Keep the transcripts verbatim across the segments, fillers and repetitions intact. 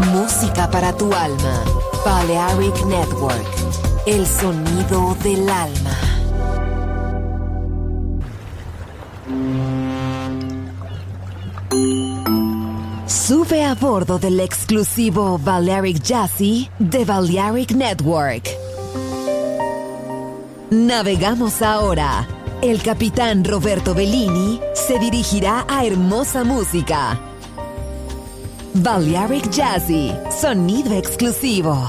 Música para tu alma. Balearic Network. El sonido del alma. Sube a bordo del exclusivo Balearic Jazzy de Balearic Network. Navegamos ahora. El capitán Roberto Bellini se dirigirá a hermosa música. Balearic Jazzy, sonido exclusivo.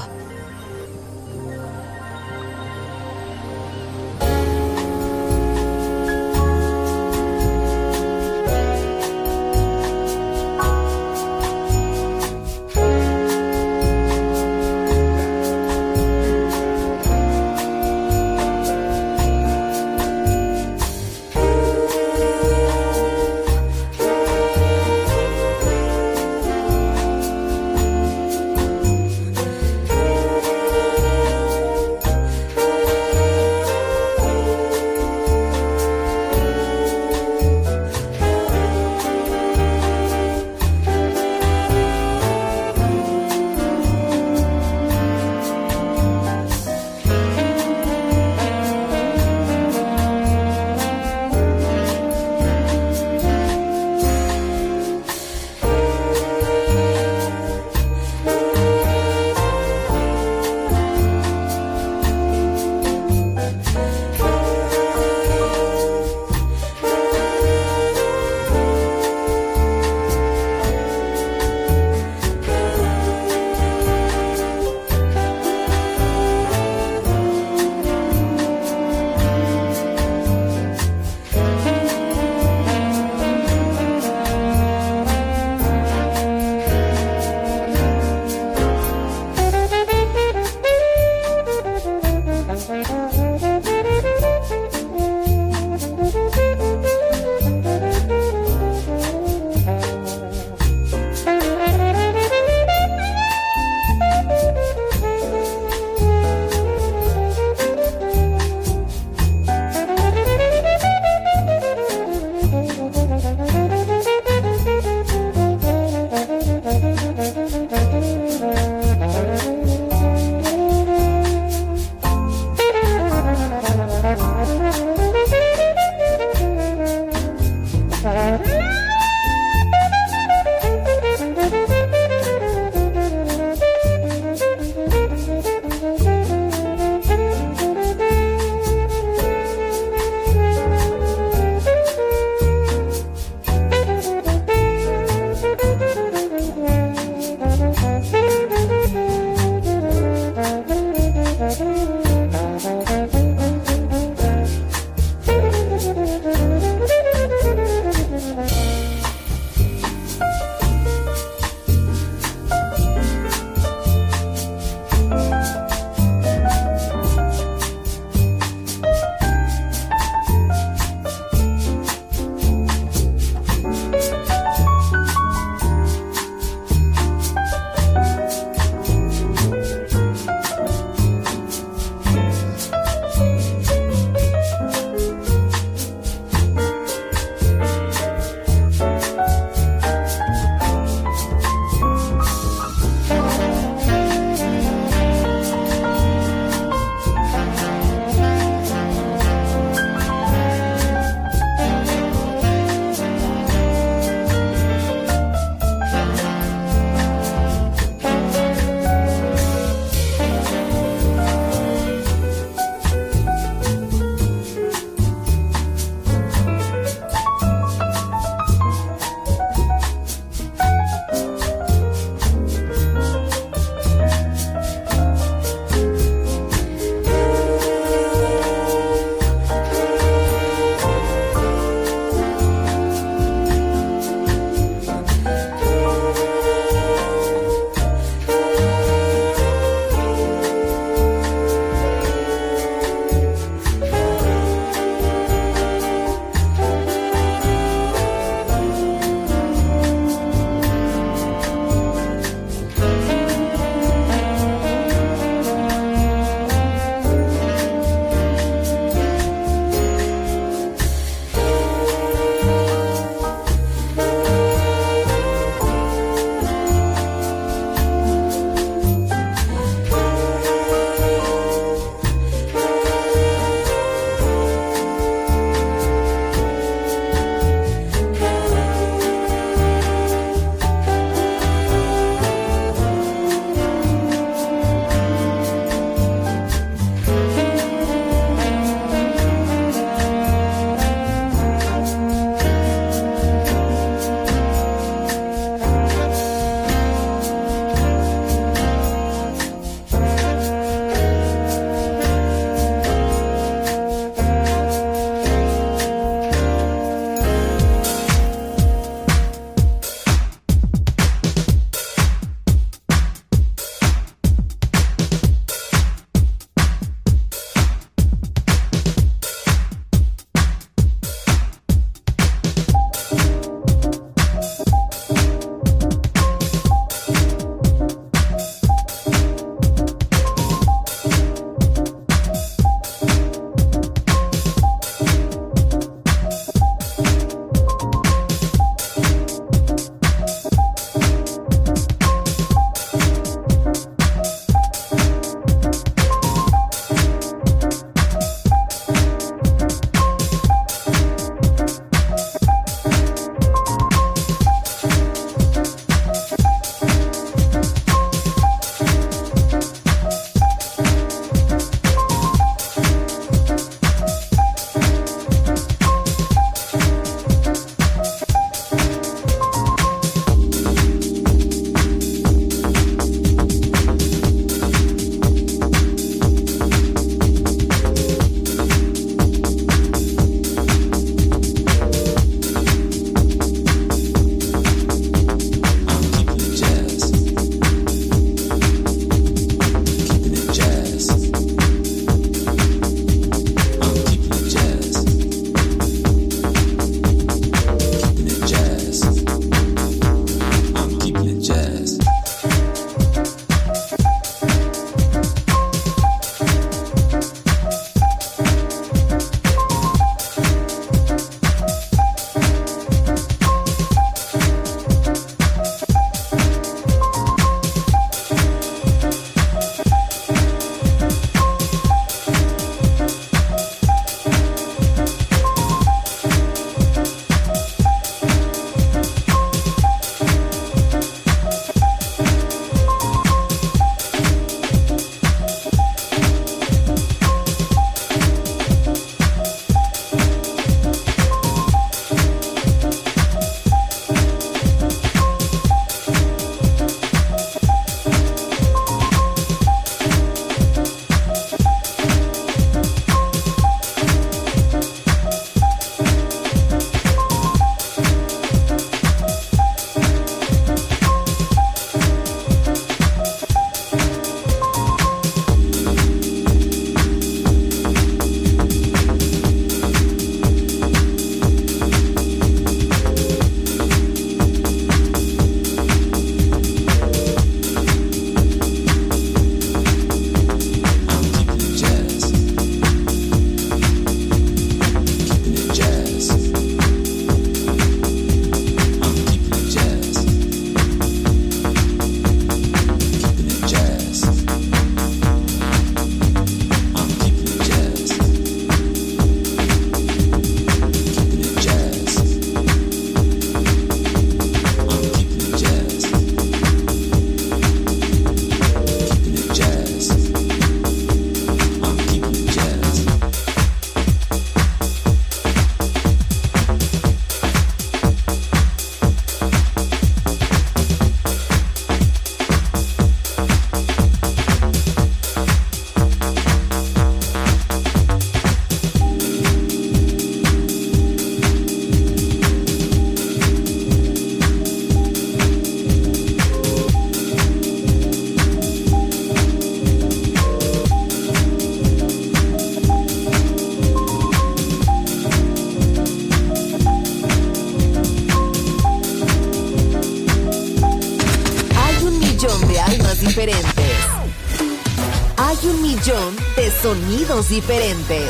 diferentes. Hay un millón de sonidos diferentes.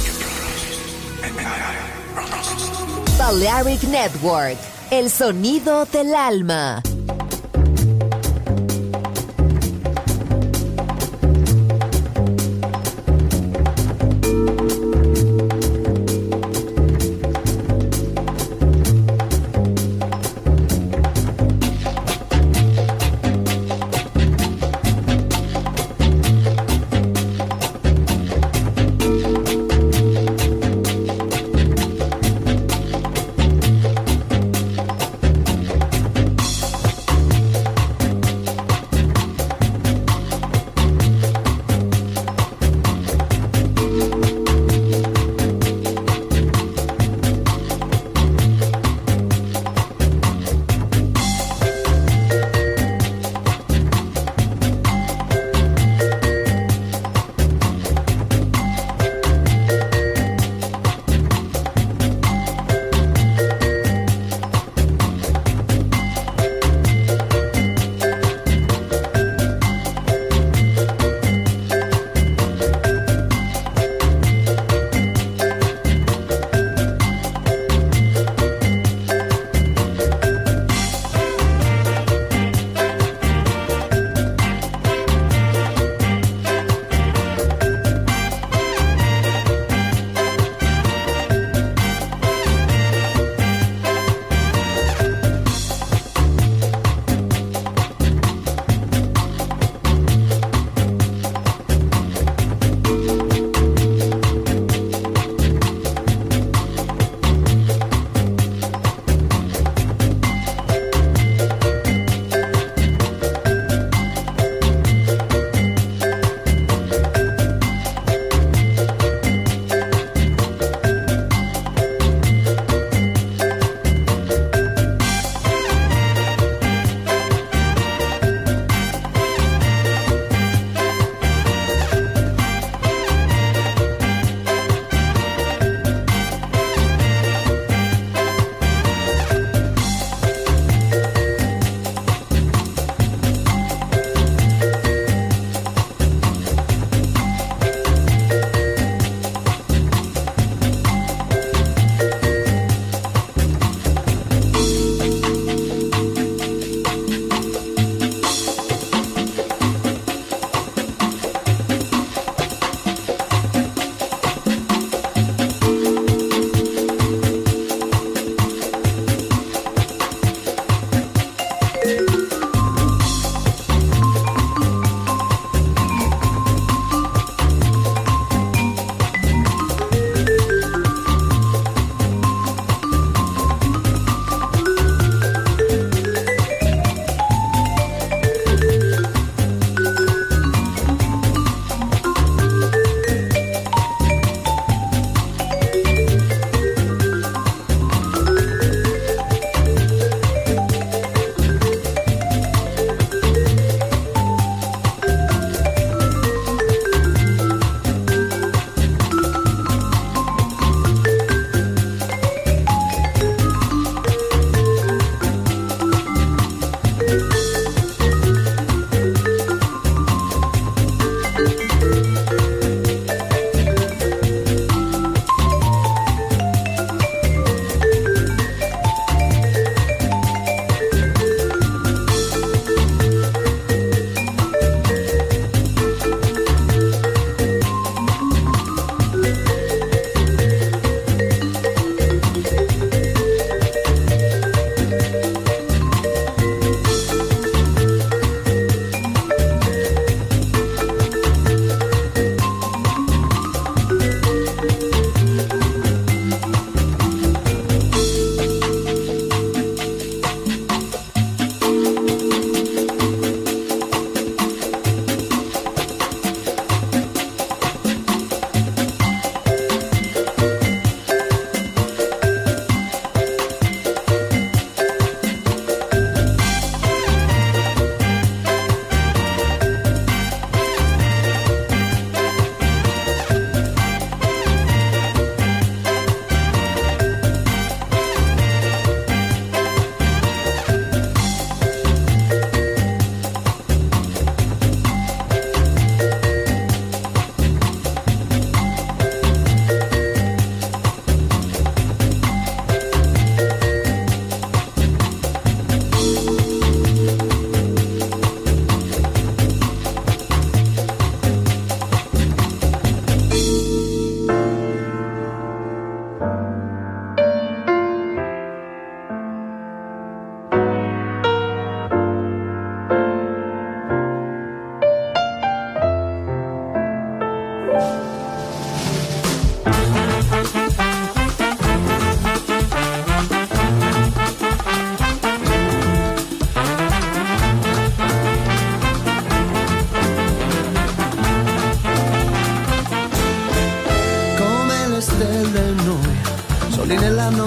Balearic Network, el sonido del alma.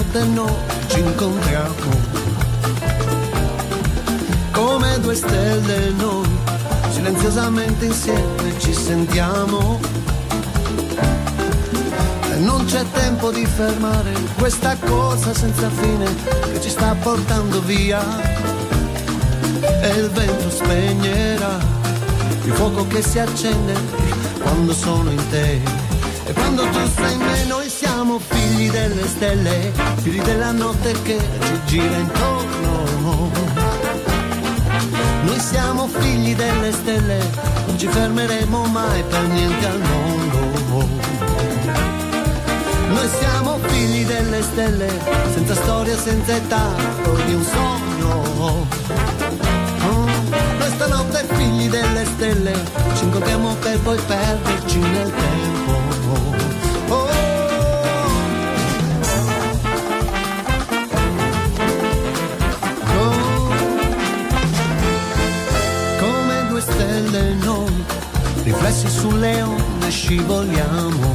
notte noi ci incontriamo. Come due stelle noi, silenziosamente insieme ci sentiamo. E non c'è tempo di fermare questa corsa senza fine che ci sta portando via. E il vento spegnerà il fuoco che si accende quando sono in te. E quando tu sei in me noi siamo figli delle stelle, figli della notte che ci gira intorno. Noi siamo figli delle stelle, non ci fermeremo mai per niente al mondo. Noi siamo figli delle stelle, senza storia, senza età, o di un sogno. Oh, noi stanotte figli delle stelle, ci incontriamo per poi perderci nel tempo. Oh, stelle noi, riflessi sulle onde scivoliamo.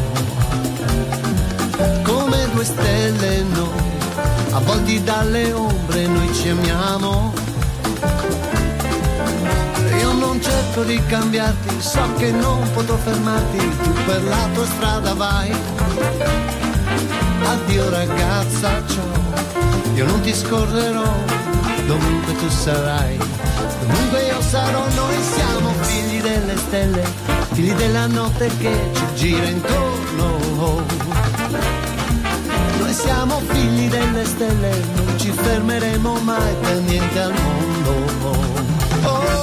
Come due stelle noi, avvolti dalle ombre noi ci amiamo. Io non cerco di cambiarti, so che non potrò fermarti, tu per la tua strada vai. Addio ragazza, ciao, io non ti scorrerò, dovunque tu sarai. Comunque io sarò, noi siamo figli delle stelle, figli della notte che ci gira intorno. Noi siamo figli delle stelle, non ci fermeremo mai per niente al mondo. Oh,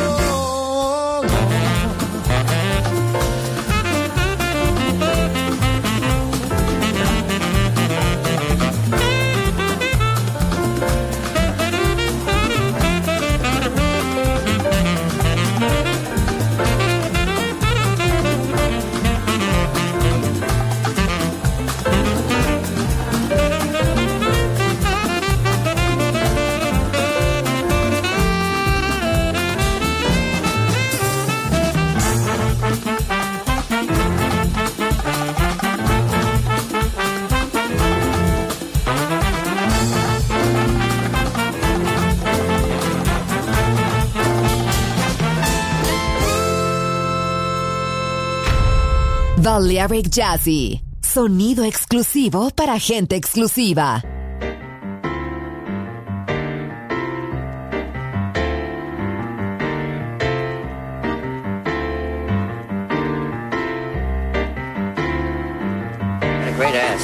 Balearic Jazzy, sonido exclusivo para gente exclusiva. A great ass.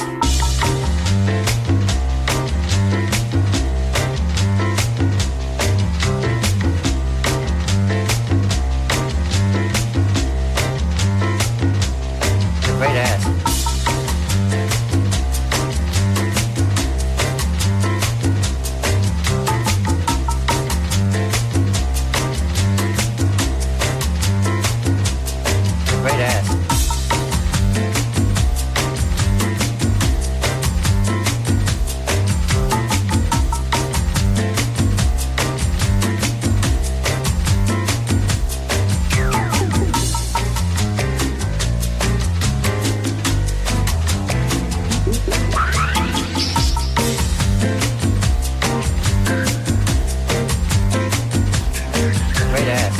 Great ass. Great ass. Great ass.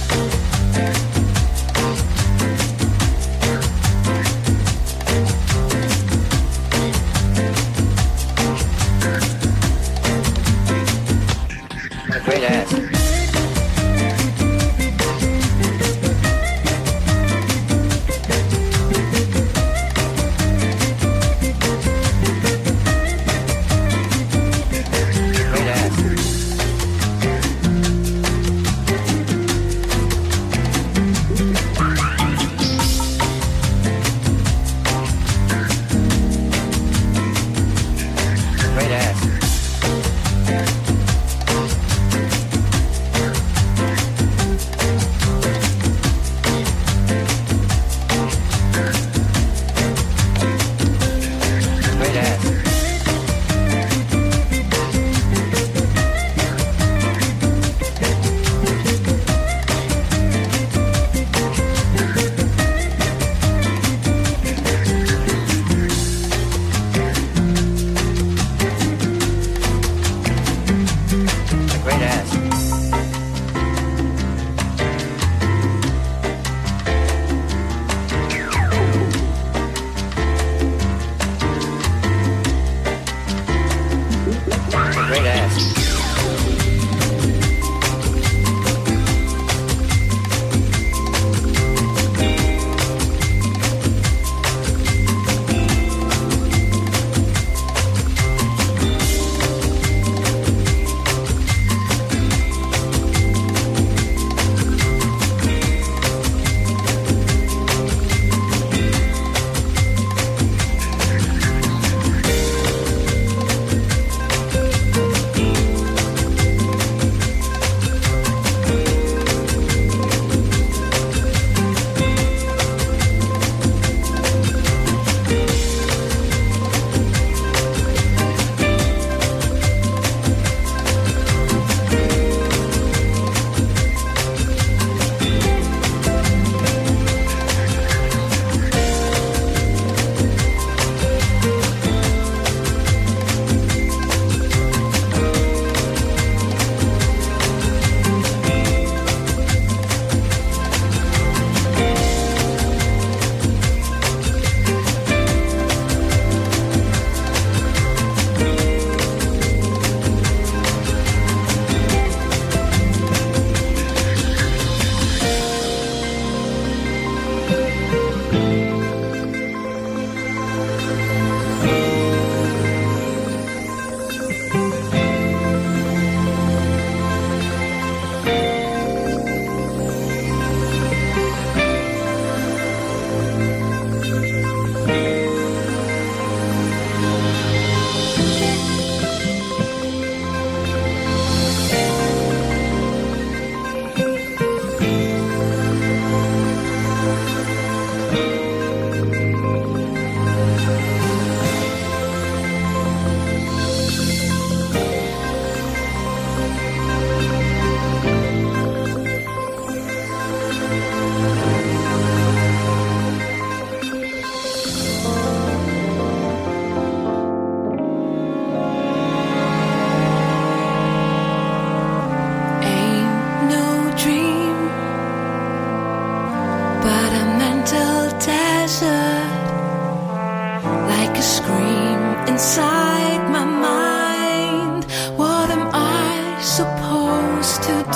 A great ass. Great ass. Great ass.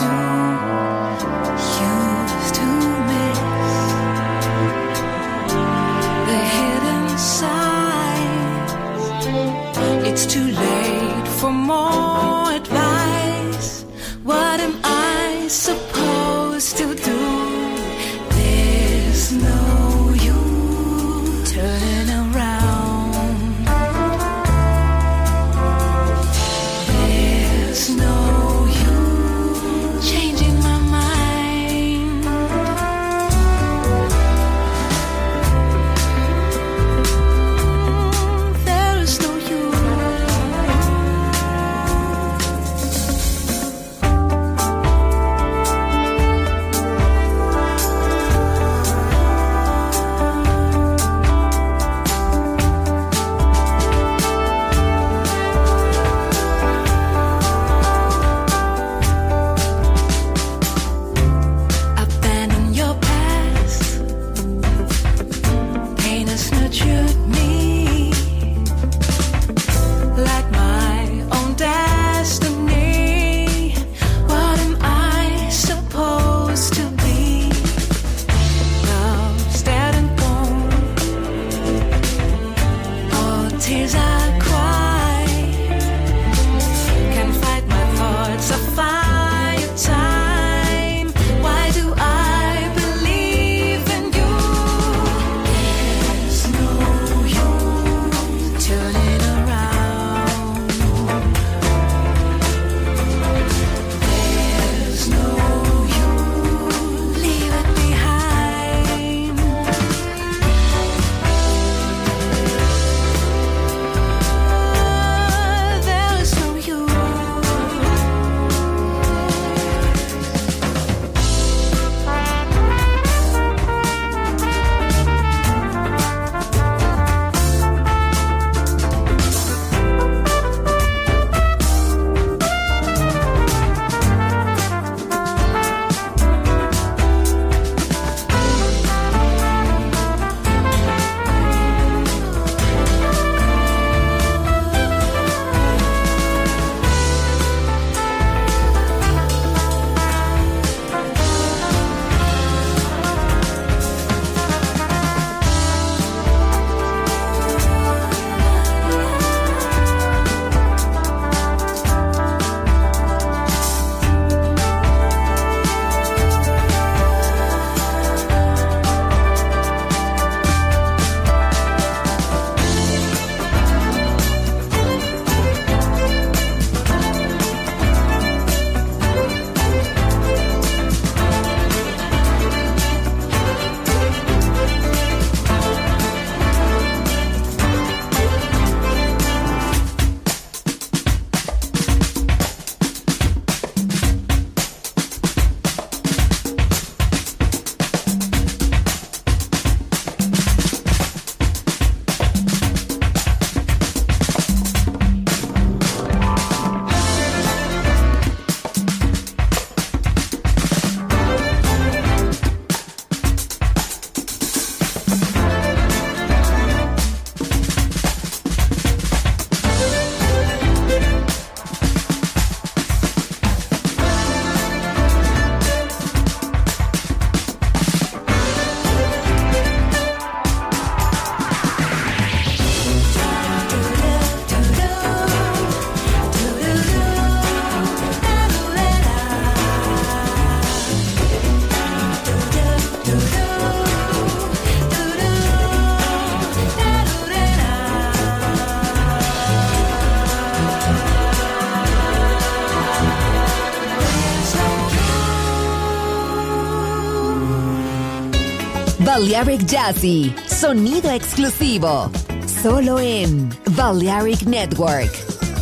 Balearic Jazzy, sonido exclusivo, solo en Balearic Network.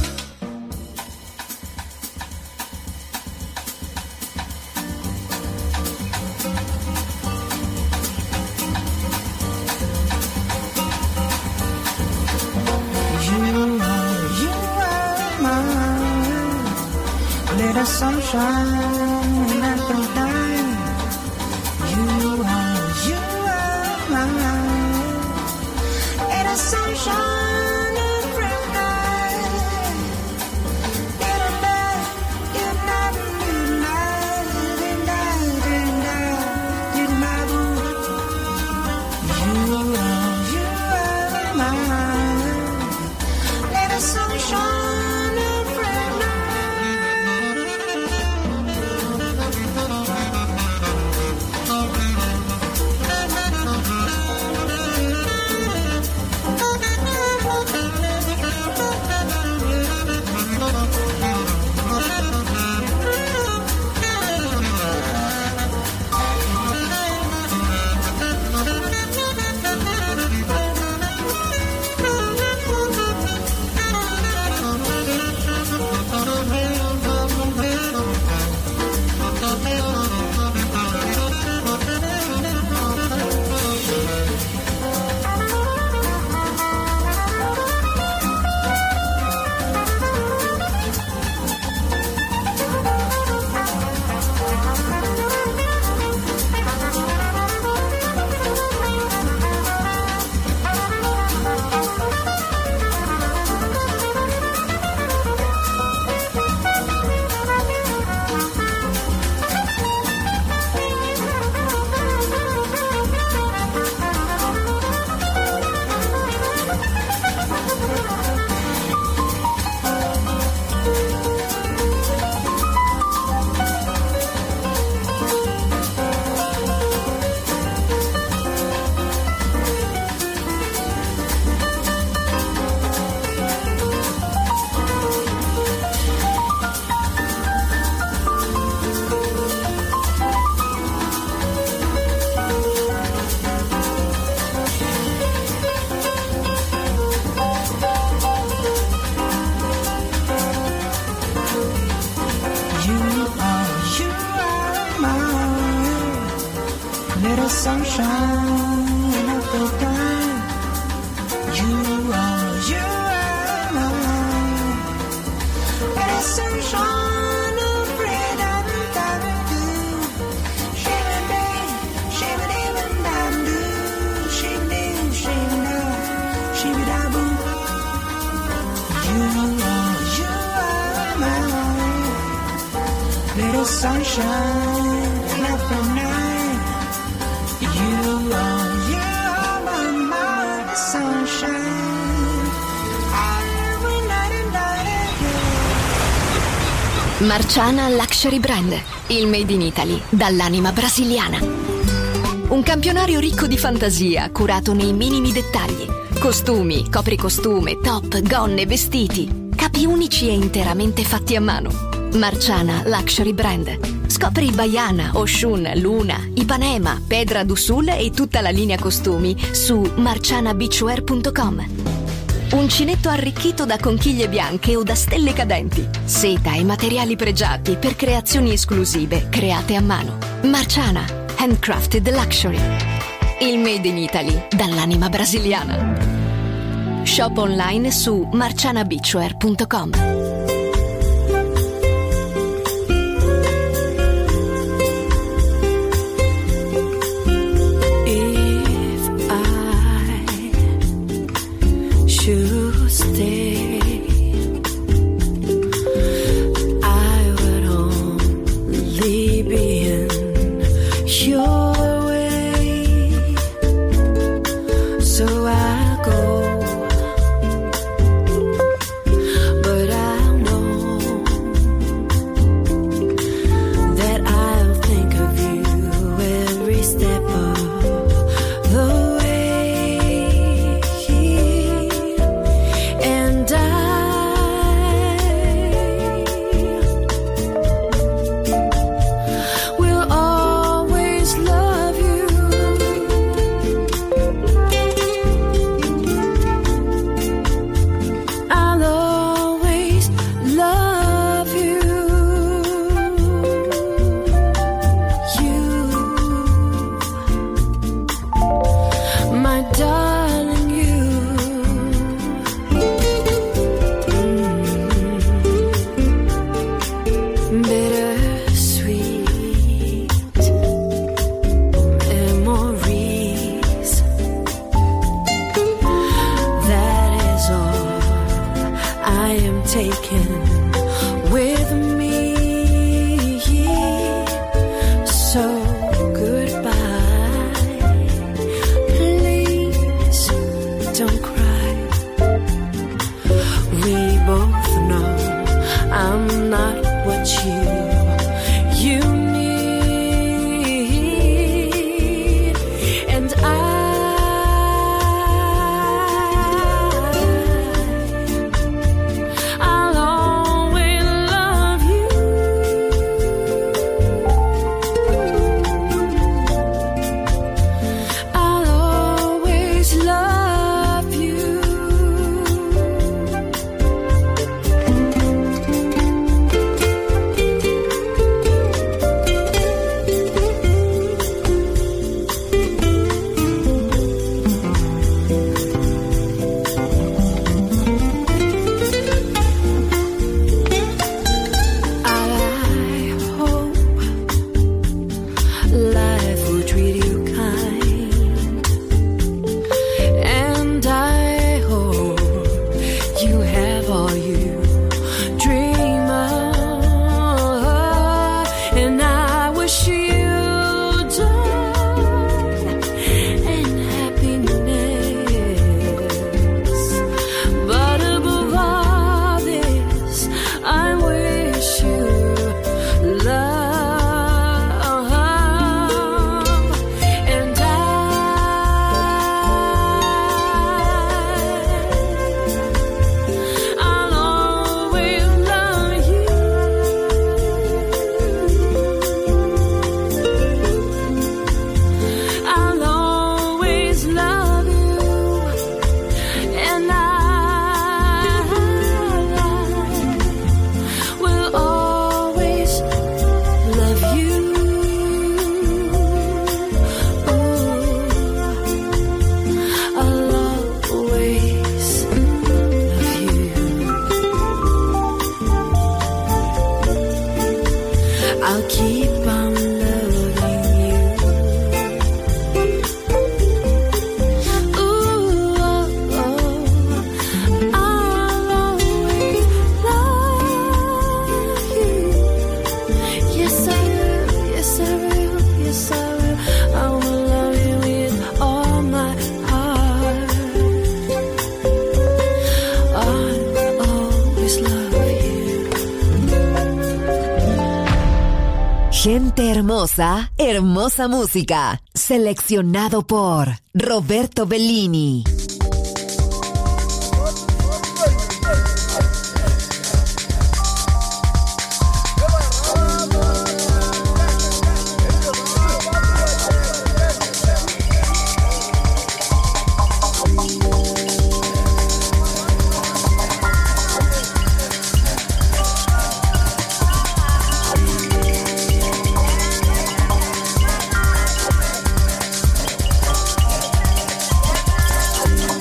Sunshine in April time. You are, you are mine. It is sunshine in April time. In a day, you never knew night. You are, you are my little sunshine of the time. You are, you are my little sunshine of freedom. Shimmy, shimmy, shimmy, shimmy, shimmy, shimmy, you are, you are my little sunshine of the night. You are, you are my, my sunshine. Every night and night. Marciana Luxury Brand, il made in Italy dall'anima brasiliana. Un campionario ricco di fantasia, curato nei minimi dettagli. Costumi, copricostume, top, gonne, vestiti. Capi unici e interamente fatti a mano. Marciana Luxury Brand. Scopri Baiana, Oshun, Luna, Ipanema, Pedra do Sul e tutta la linea costumi su marciana beachwear punto com. Uncinetto arricchito da conchiglie bianche o da stelle cadenti. Seta e materiali pregiati per creazioni esclusive create a mano. Marciana, handcrafted luxury. Il made in Italy dall'anima brasiliana. Shop online su marciana beachwear punto com. If I should stay, I would only be in your way. So I'll go. I'll I'll keep on loving you. Ooh, oh, oh, I'll always love you. Yes, I will, yes, I will, yes, I will. I will love you with all my heart. I'll always love you. Gente hermosa, hermosa música. Seleccionado por Roberto Bellini. Thank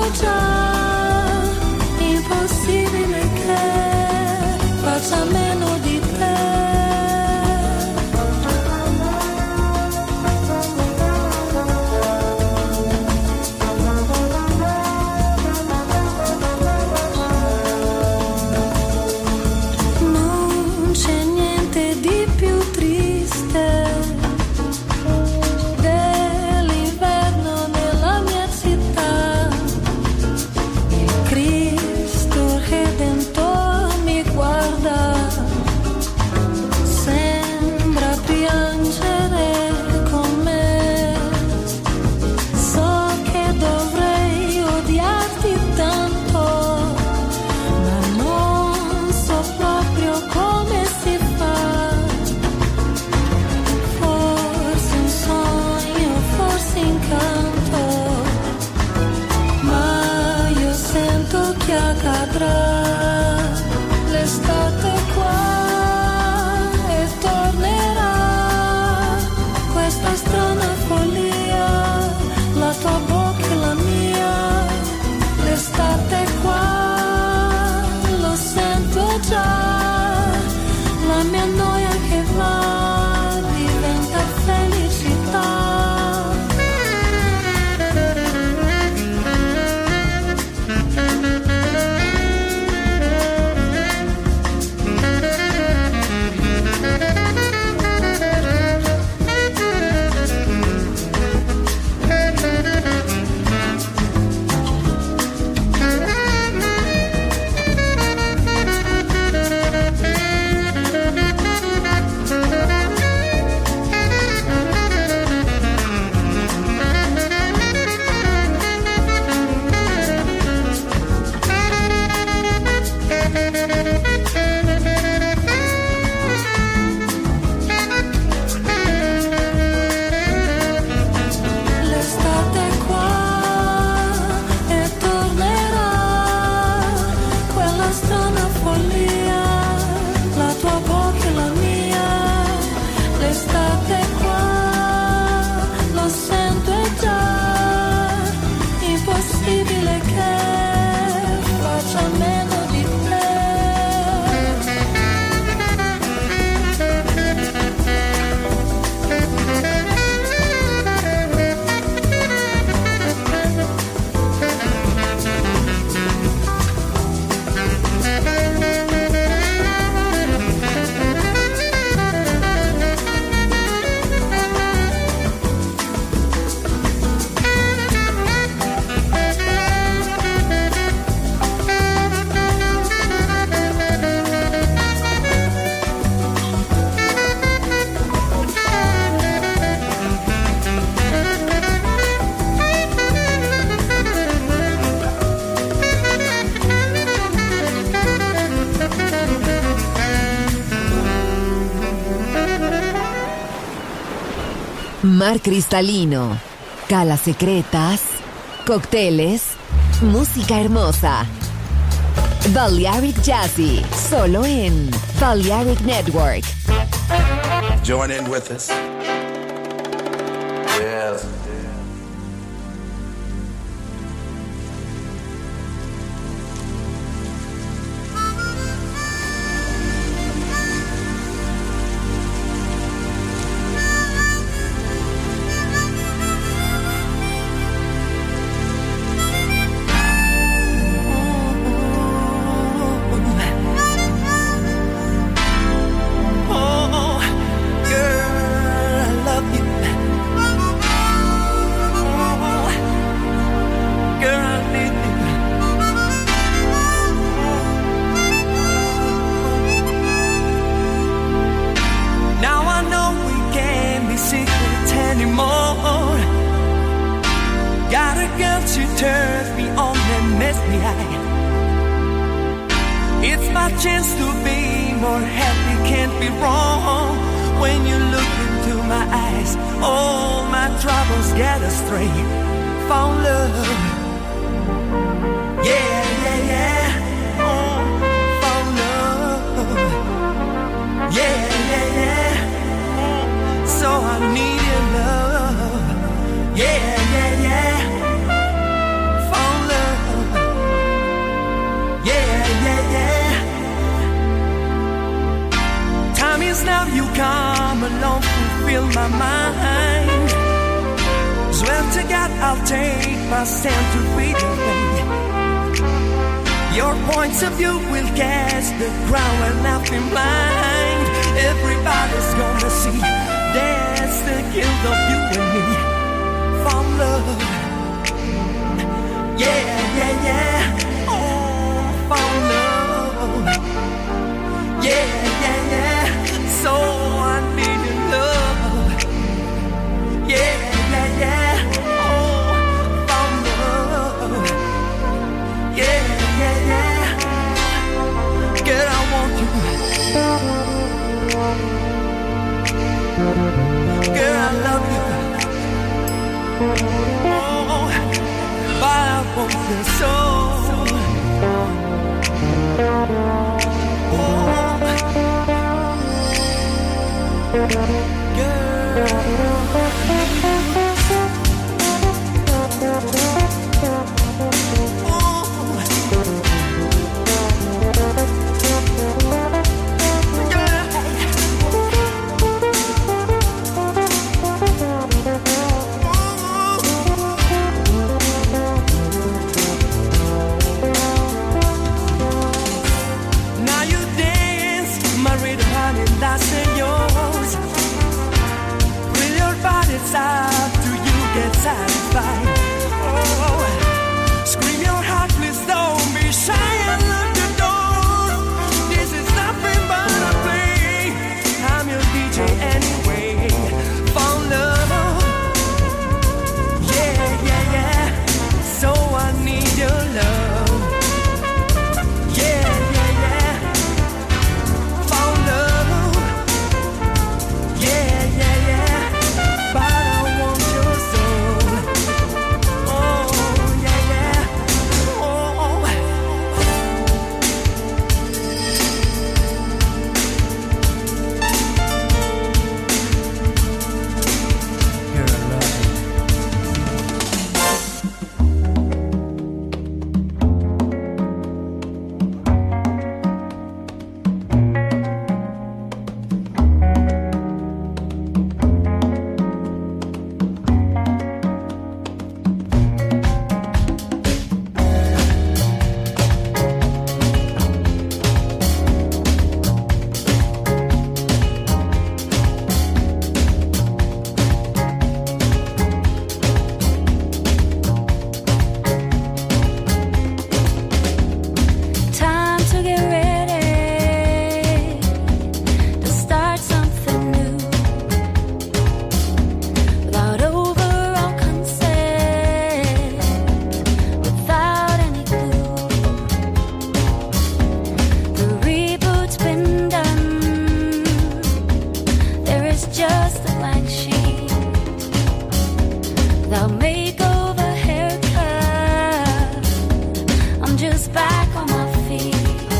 già, impossibile che faccia meno di te. Non c'è niente di più triste dell'inverno nella mia città. Il Cristo Redentore mi guarda, sembra piangere con me. So che dovrei odiarti tanto, ma non so proprio come si fa. Forse un sogno, forse incanto, ma io sento che accadrà. L'estate qua e tornerà questa strana follia, la tua bocca e la mia. L'estate qua, lo sento già, la mia noia che va diventa felicità. L'estate qua e tornerà quella strana follia, la tua bocca e la mia. L'estate qua, lo sento è già, impossibile che faccia meno di te. Mar cristalino, calas secretas, cócteles, música hermosa. Balearic Jazzy, solo en Balearic Network. Join in with us. Yes. Oh, girl, I love you. She turns me on and makes me high. It's my chance to be more happy, can't be wrong. When you look into my eyes, all my troubles get astray. Found love, yeah, yeah, yeah. Oh, found love, yeah, yeah, yeah. So I need your love, yeah, yeah, yeah. Found love. Please now you come along, fulfill my mind. Swear to God I'll take my stand to read your way. Your points of view will cast the ground and nothing blind. Everybody's gonna see that's the guilt of you and me. From love, yeah, yeah, yeah. Oh, from love, yeah, yeah, yeah. So I need your love, yeah, yeah, yeah. Oh, from love, yeah, yeah, yeah. Girl, I want you. Girl, I love you. Oh, but I want you so. Oh, girl. After you get satisfied, oh, scream your heart, please don't be shy and lock the door. This is nothing but a play. I'm your D J anyway. Found love, yeah, yeah, yeah. So I need your love, yeah, yeah, yeah. Found love, yeah, yeah, yeah. But I want your soul. Oh, yeah, yeah. Oh. Girl, I love you. Time to get ready to start something new without overall consent, without any clue. The reboot's been done. There is just a blank sheet without makeover haircut. I'm just back on my feet.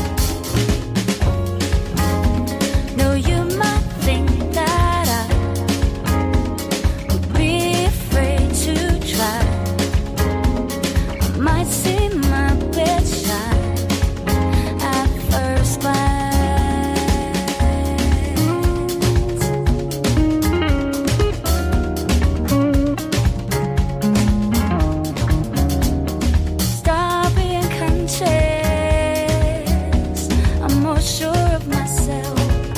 No, you might think that I would be afraid to try. I might see my best shine at first glance. Stop being conscious. I'm more sure of myself.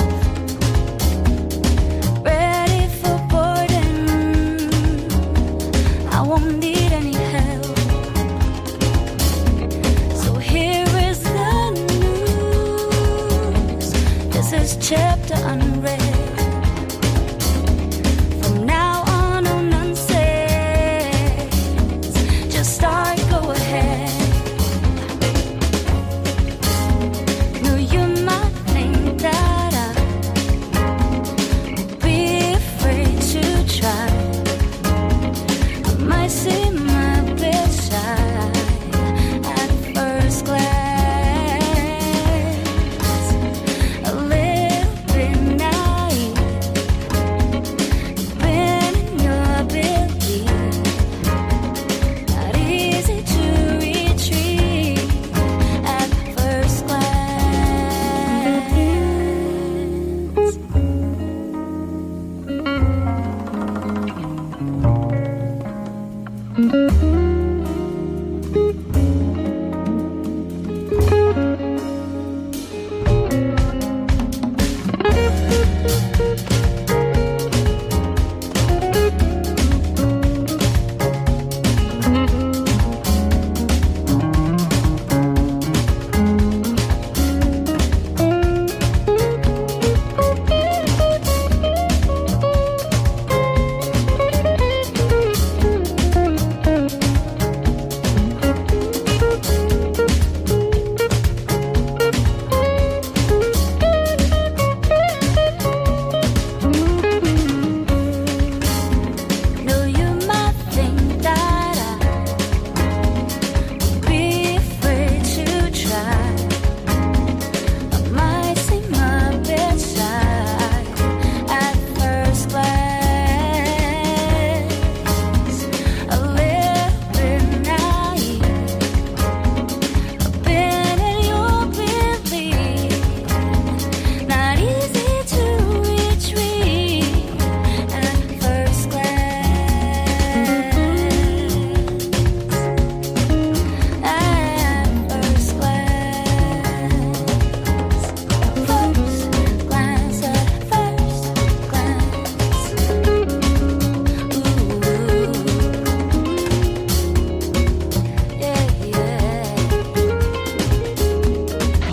Ready for boredom. I won't need any help. So here is the news. This is chapter unread.